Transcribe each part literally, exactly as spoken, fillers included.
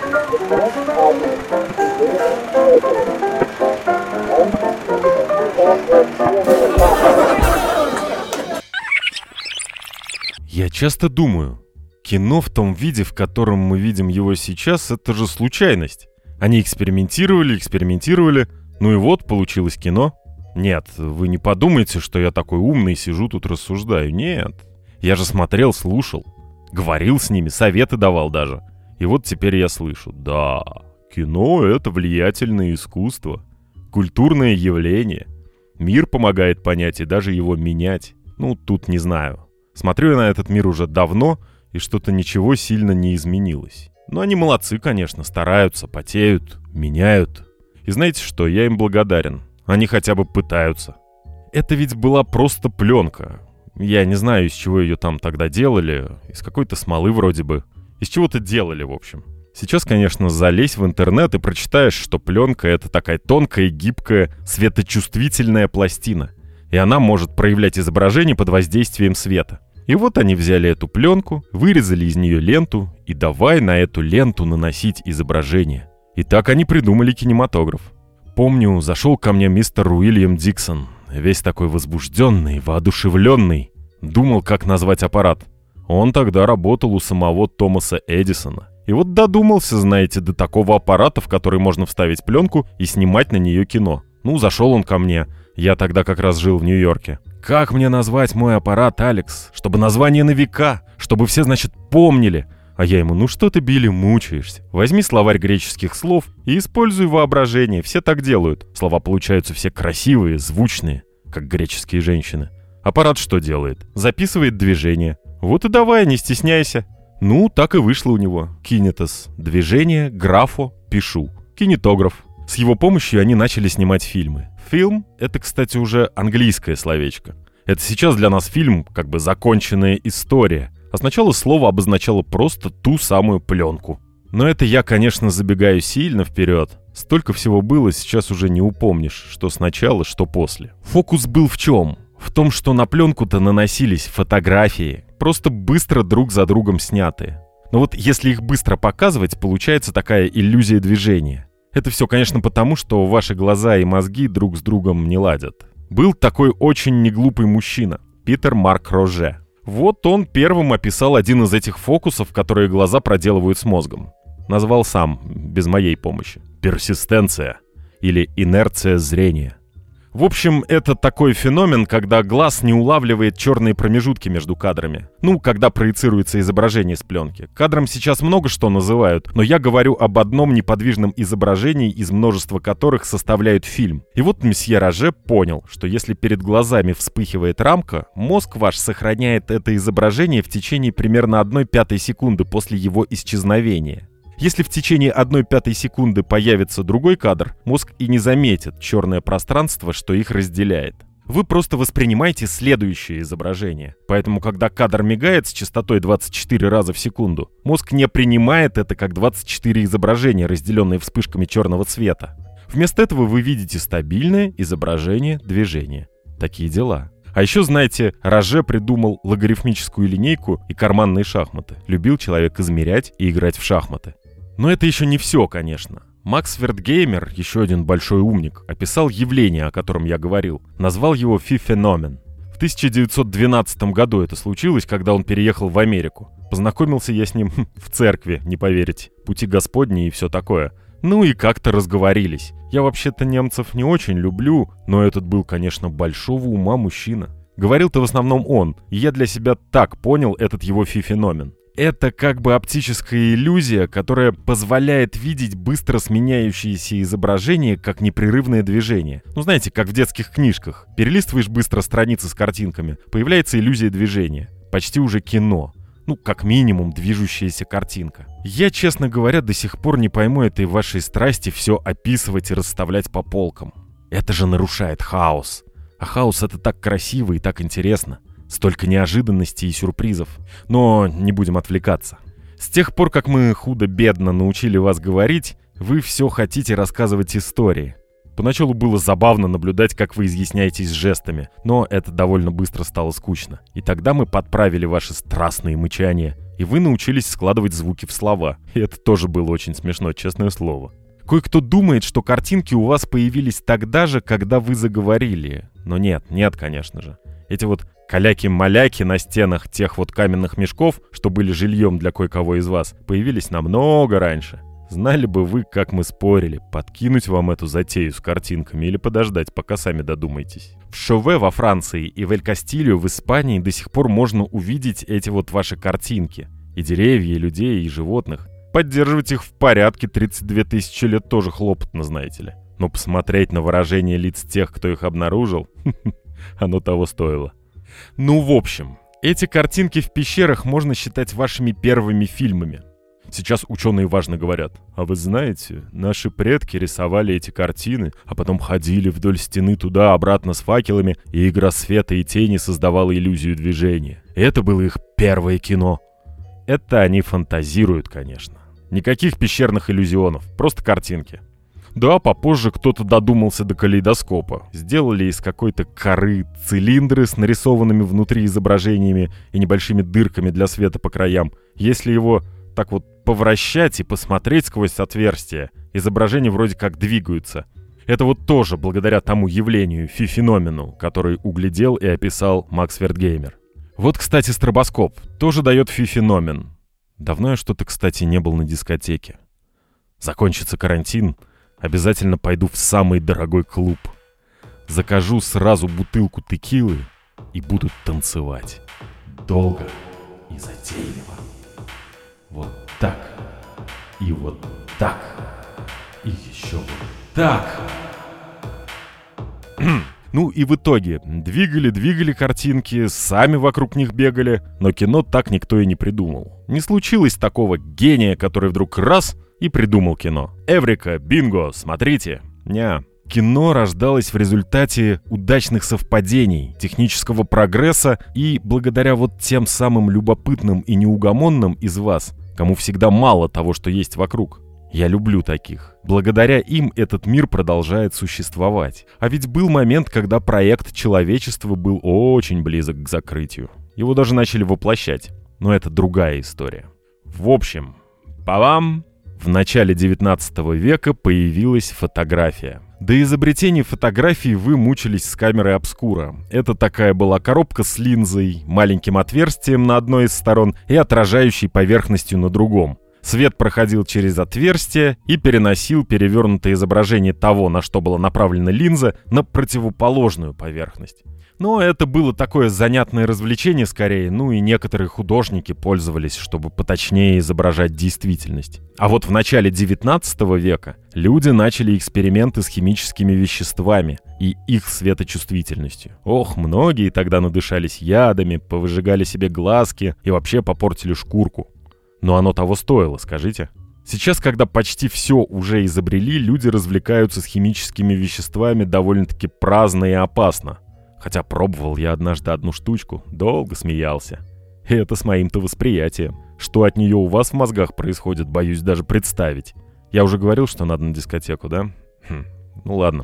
Я часто думаю, кино в том виде, в котором мы видим его сейчас, это же случайность. Они экспериментировали, экспериментировали, ну и вот получилось кино. Нет, вы не подумайте, что я такой умный, сижу тут рассуждаю. Нет, я же смотрел, слушал, говорил с ними, советы давал даже. И вот теперь я слышу, да, кино — это влиятельное искусство, культурное явление. Мир помогает понять и даже его менять. Ну, тут не знаю. Смотрю я на этот мир уже давно, и что-то ничего сильно не изменилось. Но они молодцы, конечно, стараются, потеют, меняют. И знаете что, я им благодарен. Они хотя бы пытаются. Это ведь была просто пленка. Я не знаю, из чего ее там тогда делали. Из какой-то смолы вроде бы. Из чего-то делали, в общем. Сейчас, конечно, залезь в интернет и прочитаешь, что пленка — это такая тонкая, гибкая, светочувствительная пластина. И она может проявлять изображение под воздействием света. И вот они взяли эту пленку, вырезали из нее ленту и давай на эту ленту наносить изображение. И так они придумали кинематограф. Помню, зашел ко мне мистер Уильям Диксон, весь такой возбужденный, воодушевленный. Думал, как назвать аппарат. Он тогда работал у самого Томаса Эдисона. И вот додумался, знаете, до такого аппарата, в который можно вставить пленку и снимать на нее кино. Ну, зашел он ко мне. Я тогда как раз жил в Нью-Йорке. Как мне назвать мой аппарат, Алекс? Чтобы название на века, чтобы все, значит, помнили. А я ему, ну что ты, Билли, мучаешься? Возьми словарь греческих слов и используй воображение. Все так делают. Слова получаются все красивые, звучные, как греческие женщины. Аппарат что делает? Записывает движение. Вот и давай, не стесняйся. Ну, так и вышло у него. Кинетос. Движение, графо, пишу. Кинетограф. С его помощью они начали снимать фильмы. Фильм — это, кстати, уже английское словечко. Это сейчас для нас фильм как бы законченная история. А сначала слово обозначало просто ту самую пленку. Но это я, конечно, забегаю сильно вперед. Столько всего было, сейчас уже не упомнишь, что сначала, что после. Фокус был в чем? В том, что на пленку-то наносились фотографии, просто быстро друг за другом снятые. Но вот если их быстро показывать, получается такая иллюзия движения. Это все, конечно, потому, что ваши глаза и мозги друг с другом не ладят. Был такой очень неглупый мужчина, Питер Марк Роже. Вот он первым описал один из этих фокусов, которые глаза проделывают с мозгом. Назвал сам, без моей помощи. Персистенция или инерция зрения. В общем, это такой феномен, когда глаз не улавливает черные промежутки между кадрами. Ну, когда проецируется изображение с пленки. Кадром сейчас много что называют, но я говорю об одном неподвижном изображении, из множества которых составляют фильм. И вот месье Роже понял, что если перед глазами вспыхивает рамка, мозг ваш сохраняет это изображение в течение примерно одной пятой секунды после его исчезновения. Если в течение одной пятой секунды появится другой кадр, мозг и не заметит черное пространство, что их разделяет. Вы просто воспринимаете следующее изображение. Поэтому, когда кадр мигает с частотой двадцать четыре раза в секунду, мозг не принимает это как двадцать четыре изображения, разделенные вспышками черного цвета. Вместо этого вы видите стабильное изображение движения. Такие дела. А еще, знаете, Роже придумал логарифмическую линейку и карманные шахматы. Любил человек измерять и играть в шахматы. Но это еще не все, конечно. Макс Вертгеймер, еще один большой умник, описал явление, о котором я говорил. Назвал его фи-феномен. В тысяча девятьсот двенадцатом году это случилось, когда он переехал в Америку. Познакомился я с ним в церкви, не поверите. Пути Господни и все такое. Ну и как-то разговорились. Я вообще-то немцев не очень люблю, но этот был, конечно, большого ума мужчина. Говорил-то в основном он, и я для себя так понял этот его фи-феномен. Это как бы оптическая иллюзия, которая позволяет видеть быстро сменяющиеся изображения как непрерывное движение. Ну, знаете, как в детских книжках. Перелистываешь быстро страницы с картинками, появляется иллюзия движения. Почти уже кино. Ну, как минимум, движущаяся картинка. Я, честно говоря, до сих пор не пойму этой вашей страсти все описывать и расставлять по полкам. Это же нарушает хаос. А хаос — это так красиво и так интересно. Столько неожиданностей и сюрпризов. Но не будем отвлекаться. С тех пор, как мы худо-бедно научили вас говорить, вы все хотите рассказывать истории. Поначалу было забавно наблюдать, как вы изъясняетесь жестами, но это довольно быстро стало скучно. И тогда мы подправили ваши страстные мычания и вы научились складывать звуки в слова. И это тоже было очень смешно, честное слово. Кое-кто думает, что картинки у вас появились тогда же, когда вы заговорили. Но нет, нет, конечно же. Эти вот каляки-маляки на стенах тех вот каменных мешков, что были жильем для кое-кого из вас, появились намного раньше. Знали бы вы, как мы спорили, подкинуть вам эту затею с картинками или подождать, пока сами додумаетесь. В Шове во Франции и в Эль-Кастильо в Испании до сих пор можно увидеть эти вот ваши картинки. И деревья, и людей, и животных. Поддерживать их в порядке тридцать две тысячи лет тоже хлопотно, знаете ли. Но посмотреть на выражение лиц тех, кто их обнаружил, оно того стоило. Ну, в общем, эти картинки в пещерах можно считать вашими первыми фильмами. Сейчас ученые важно говорят: а вы знаете, наши предки рисовали эти картины, а потом ходили вдоль стены туда-обратно с факелами, и игра света и тени создавала иллюзию движения. Это было их первое кино. Это они фантазируют, конечно. Никаких пещерных иллюзионов, просто картинки. Да, попозже кто-то додумался до калейдоскопа. Сделали из какой-то коры цилиндры с нарисованными внутри изображениями и небольшими дырками для света по краям. Если его так вот повращать и посмотреть сквозь отверстия, изображения вроде как двигаются. Это вот тоже благодаря тому явлению, фи-феномену, который углядел и описал Макс Вертгеймер. Вот, кстати, стробоскоп тоже дает фи-феномен. Давно я что-то, кстати, не был на дискотеке. Закончится карантин, обязательно пойду в самый дорогой клуб. Закажу сразу бутылку текилы и буду танцевать. Долго и затейливо. Вот так. И вот так. И еще вот так. Ну и в итоге двигали-двигали картинки, сами вокруг них бегали, но кино так никто и не придумал. Не случилось такого гения, который вдруг раз и придумал кино. Эврика, бинго, смотрите. Ня. Кино рождалось в результате удачных совпадений, технического прогресса и благодаря вот тем самым любопытным и неугомонным из вас, кому всегда мало того, что есть вокруг. Я люблю таких. Благодаря им этот мир продолжает существовать. А ведь был момент, когда проект человечества был очень близок к закрытию. Его даже начали воплощать. Но это другая история. В общем, па-бам! В начале девятнадцатого века появилась фотография. До изобретения фотографии вы мучились с камерой обскура. Это такая была коробка с линзой, маленьким отверстием на одной из сторон и отражающей поверхностью на другом. Свет проходил через отверстие и переносил перевернутое изображение того, на что была направлена линза, на противоположную поверхность. Но это было такое занятное развлечение скорее, ну и некоторые художники пользовались, чтобы поточнее изображать действительность. А вот в начале девятнадцатого века люди начали эксперименты с химическими веществами и их светочувствительностью. Ох, многие тогда надышались ядами, повыжигали себе глазки и вообще попортили шкурку. Но оно того стоило, скажите? Сейчас, когда почти все уже изобрели, люди развлекаются с химическими веществами довольно-таки праздно и опасно. Хотя пробовал я однажды одну штучку, долго смеялся. И это с моим-то восприятием. Что от нее у вас в мозгах происходит, боюсь даже представить. Я уже говорил, что надо на дискотеку, да? Хм, ну ладно.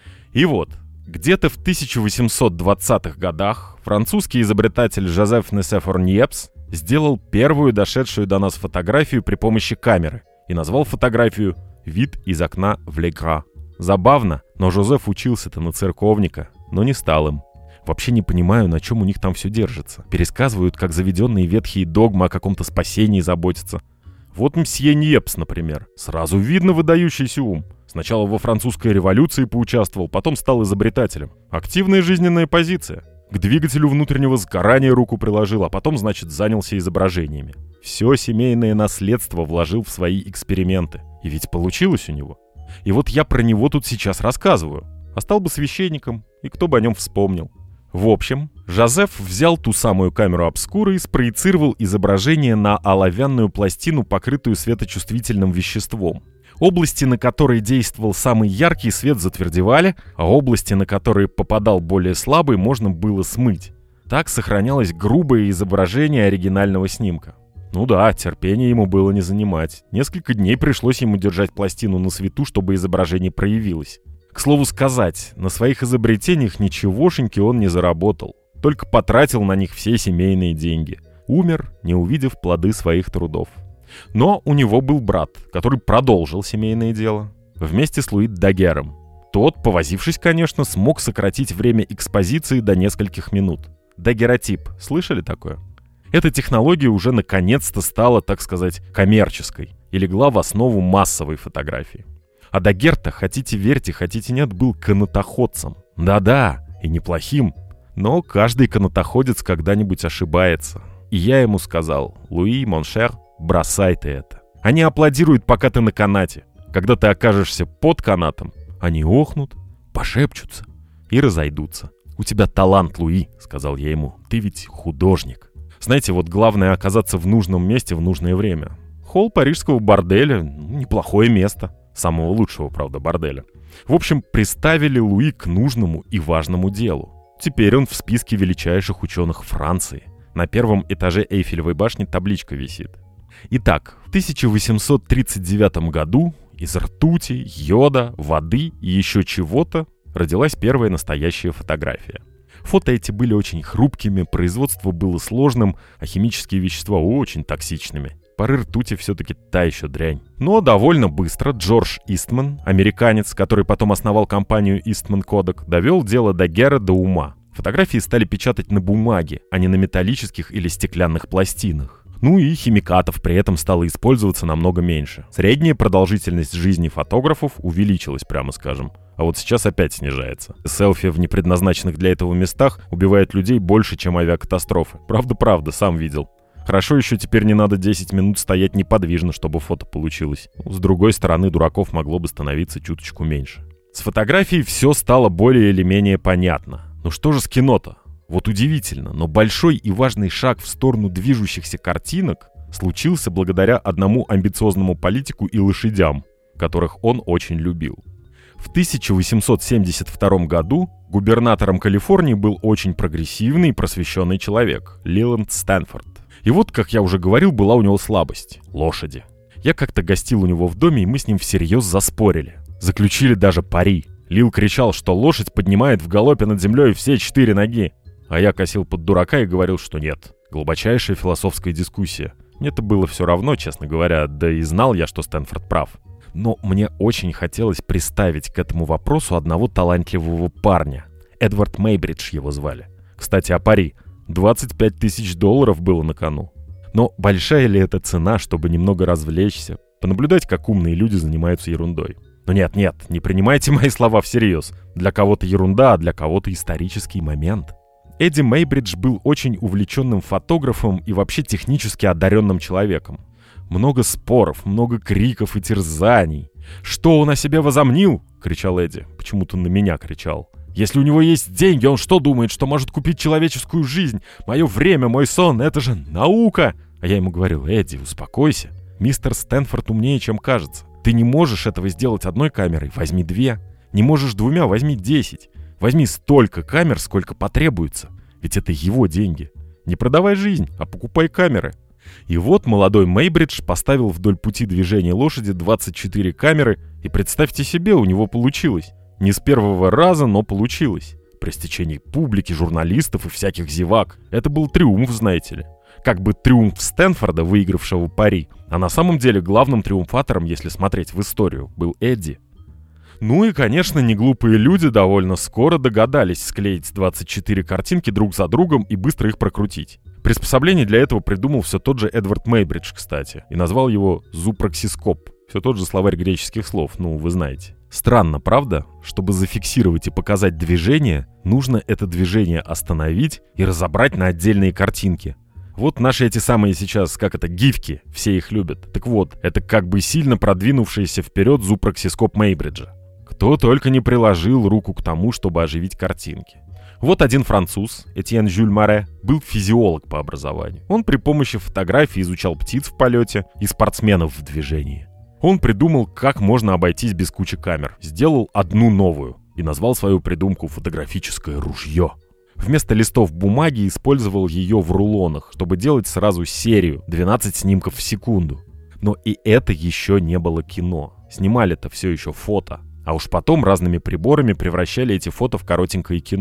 И вот, где-то в тысяча восемьсот двадцатых годах французский изобретатель Жозеф Несефор Ньепс сделал первую дошедшую до нас фотографию при помощи камеры и назвал фотографию «Вид из окна в Легра». Забавно, но Жозеф учился-то на церковника, но не стал им. Вообще не понимаю, на чем у них там все держится. Пересказывают, как заведенные ветхие догмы о каком-то спасении заботятся. Вот мсье Ньепс, например. Сразу видно выдающийся ум. Сначала во французской революции поучаствовал, потом стал изобретателем. Активная жизненная позиция. К двигателю внутреннего сгорания руку приложил, а потом, значит, занялся изображениями. Все семейное наследство вложил в свои эксперименты. И ведь получилось у него. И вот я про него тут сейчас рассказываю. А стал бы священником, и кто бы о нем вспомнил. В общем, Жозеф взял ту самую камеру обскура и спроецировал изображение на оловянную пластину, покрытую светочувствительным веществом. Области, на которые действовал самый яркий свет, затвердевали, а области, на которые попадал более слабый, можно было смыть. Так сохранялось грубое изображение оригинального снимка. Ну да, терпения ему было не занимать. Несколько дней пришлось ему держать пластину на свету, чтобы изображение проявилось. К слову сказать, на своих изобретениях ничегошеньки он не заработал. Только потратил на них все семейные деньги. умер, не увидев плоды своих трудов. Но у него был брат, который продолжил семейное дело вместе с Луи Дагером. Тот, повозившись, конечно, смог сократить время экспозиции до нескольких минут. Дагеротип. Слышали такое? Эта технология уже наконец-то стала, так сказать, коммерческой и легла в основу массовой фотографии. А Дагер-то, хотите верьте, хотите нет, был канатоходцем. Да-да, и неплохим. Но каждый канатоходец когда-нибудь ошибается. И я ему сказал: «Луи, моншер, бросай ты это. Они аплодируют, пока ты на канате. Когда ты окажешься под канатом, они охнут, пошепчутся и разойдутся. У тебя талант, Луи», — сказал я ему. «Ты ведь художник». Знаете, вот главное оказаться в нужном месте в нужное время. Холл парижского борделя — неплохое место. Самого лучшего, правда, борделя. В общем, приставили Луи к нужному и важному делу. Теперь он в списке величайших ученых Франции. На первом этаже Эйфелевой башни табличка висит. Итак, в тысяча восемьсот тридцать девятом году из ртути, йода, воды и еще чего-то родилась первая настоящая фотография. Фото эти были очень хрупкими, производство было сложным, а химические вещества очень токсичными. Пары ртути все-таки та еще дрянь. Но довольно быстро Джордж Истман, американец, который потом основал компанию Eastman Kodak, довел дело Дагера до ума. Фотографии стали печатать на бумаге, а не на металлических или стеклянных пластинах. Ну и химикатов при этом стало использоваться намного меньше. Средняя продолжительность жизни фотографов увеличилась, прямо скажем. А вот сейчас опять снижается. Селфи в непредназначенных для этого местах убивают людей больше, чем авиакатастрофы. Правда-правда, сам видел. Хорошо еще теперь не надо десять минут стоять неподвижно, чтобы фото получилось. С другой стороны, дураков могло бы становиться чуточку меньше. С фотографией все стало более или менее понятно. Ну что же с кино-то? Вот удивительно, но большой и важный шаг в сторону движущихся картинок случился благодаря одному амбициозному политику и лошадям, которых он очень любил. В тысяча восемьсот семьдесят втором году губернатором Калифорнии был очень прогрессивный и просвещенный человек — Лиланд Стэнфорд. И вот, как я уже говорил, была у него слабость — лошади. Я как-то гостил у него в доме, и мы с ним всерьез заспорили. Заключили даже пари. Лил кричал, что лошадь поднимает в галопе над землей все четыре ноги. А я косил под дурака и говорил, что нет. Глубочайшая философская дискуссия. Мне-то было все равно, честно говоря, да и знал я, что Стэнфорд прав. Но мне очень хотелось приставить к этому вопросу одного талантливого парня. Эдвард Мейбридж его звали. Кстати, о пари. двадцать пять тысяч долларов было на кону. Но большая ли это цена, чтобы немного развлечься, понаблюдать, как умные люди занимаются ерундой? Но нет-нет, не принимайте мои слова всерьез. Для кого-то ерунда, а для кого-то исторический момент. Эдди Мейбридж был очень увлеченным фотографом и вообще технически одаренным человеком. Много споров, много криков и терзаний. «Что он о себе возомнил?» — кричал Эдди. Почему-то на меня кричал. «Если у него есть деньги, он что думает, что может купить человеческую жизнь? Мое время, мой сон — это же наука!» А я ему говорил: «Эдди, успокойся. Мистер Стэнфорд умнее, чем кажется. Ты не можешь этого сделать одной камерой, возьми две. Не можешь двумя, возьми десять. Возьми столько камер, сколько потребуется. Ведь это его деньги. Не продавай жизнь, а покупай камеры». И вот молодой Мейбридж поставил вдоль пути движения лошади двадцать четыре камеры, и представьте себе, у него получилось. Не с первого раза, но получилось. При стечении публики, журналистов и всяких зевак. Это был триумф, знаете ли. Как бы триумф Стэнфорда, выигравшего пари. А на самом деле главным триумфатором, если смотреть в историю, был Эдди. Ну и, конечно, неглупые люди довольно скоро догадались склеить двадцать четыре картинки друг за другом и быстро их прокрутить. Приспособление для этого придумал все тот же Эдвард Мейбридж, кстати, и назвал его зупроксископ. Все тот же словарь греческих слов, ну, вы знаете. Странно, правда? Чтобы зафиксировать и показать движение, нужно это движение остановить и разобрать на отдельные картинки. Вот наши эти самые сейчас, как это, гифки, все их любят. Так вот, это как бы сильно продвинувшийся вперед зупроксископ Мейбриджа. Кто только не приложил руку к тому, чтобы оживить картинки. Вот один француз, Этьен Жюль Море, был физиолог по образованию. Он при помощи фотографий изучал птиц в полете и спортсменов в движении. Он придумал, как можно обойтись без кучи камер. Сделал одну новую и назвал свою придумку «фотографическое ружье». Вместо листов бумаги использовал ее в рулонах, чтобы делать сразу серию двенадцать снимков в секунду. Но и это еще не было кино. Снимали-то все еще фото. А уж потом разными приборами превращали эти фото в коротенькое кино.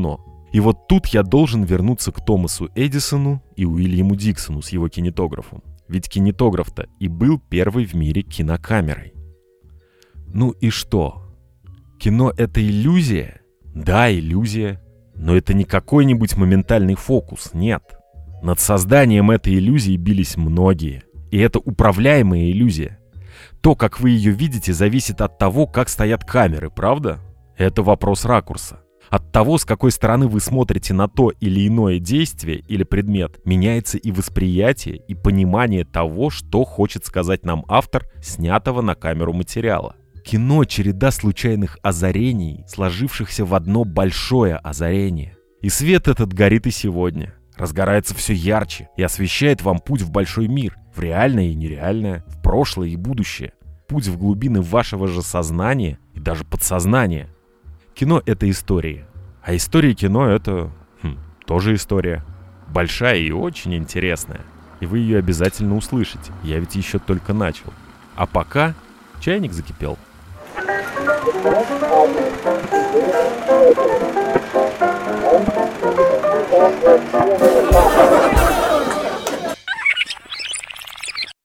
И вот тут я должен вернуться к Томасу Эдисону и Уильяму Диксону с его кинетографом. Ведь кинетограф-то и был первой в мире кинокамерой. Ну и что? Кино — это иллюзия? Да, иллюзия. Но это не какой-нибудь моментальный фокус, нет. Над созданием этой иллюзии бились многие. И это управляемая иллюзия. То, как вы ее видите, зависит от того, как стоят камеры, правда? Это вопрос ракурса. От того, с какой стороны вы смотрите на то или иное действие или предмет, меняется и восприятие, и понимание того, что хочет сказать нам автор снятого на камеру материала. Кино — череда случайных озарений, сложившихся в одно большое озарение. И свет этот горит и сегодня. Разгорается все ярче и освещает вам путь в большой мир, в реальное и нереальное, в прошлое и будущее. Путь в глубины вашего же сознания и даже подсознания. Кино — это истории. А история кино — это хм, тоже история. Большая и очень интересная. И вы ее обязательно услышите. Я ведь еще только начал. А пока чайник закипел. Thank you.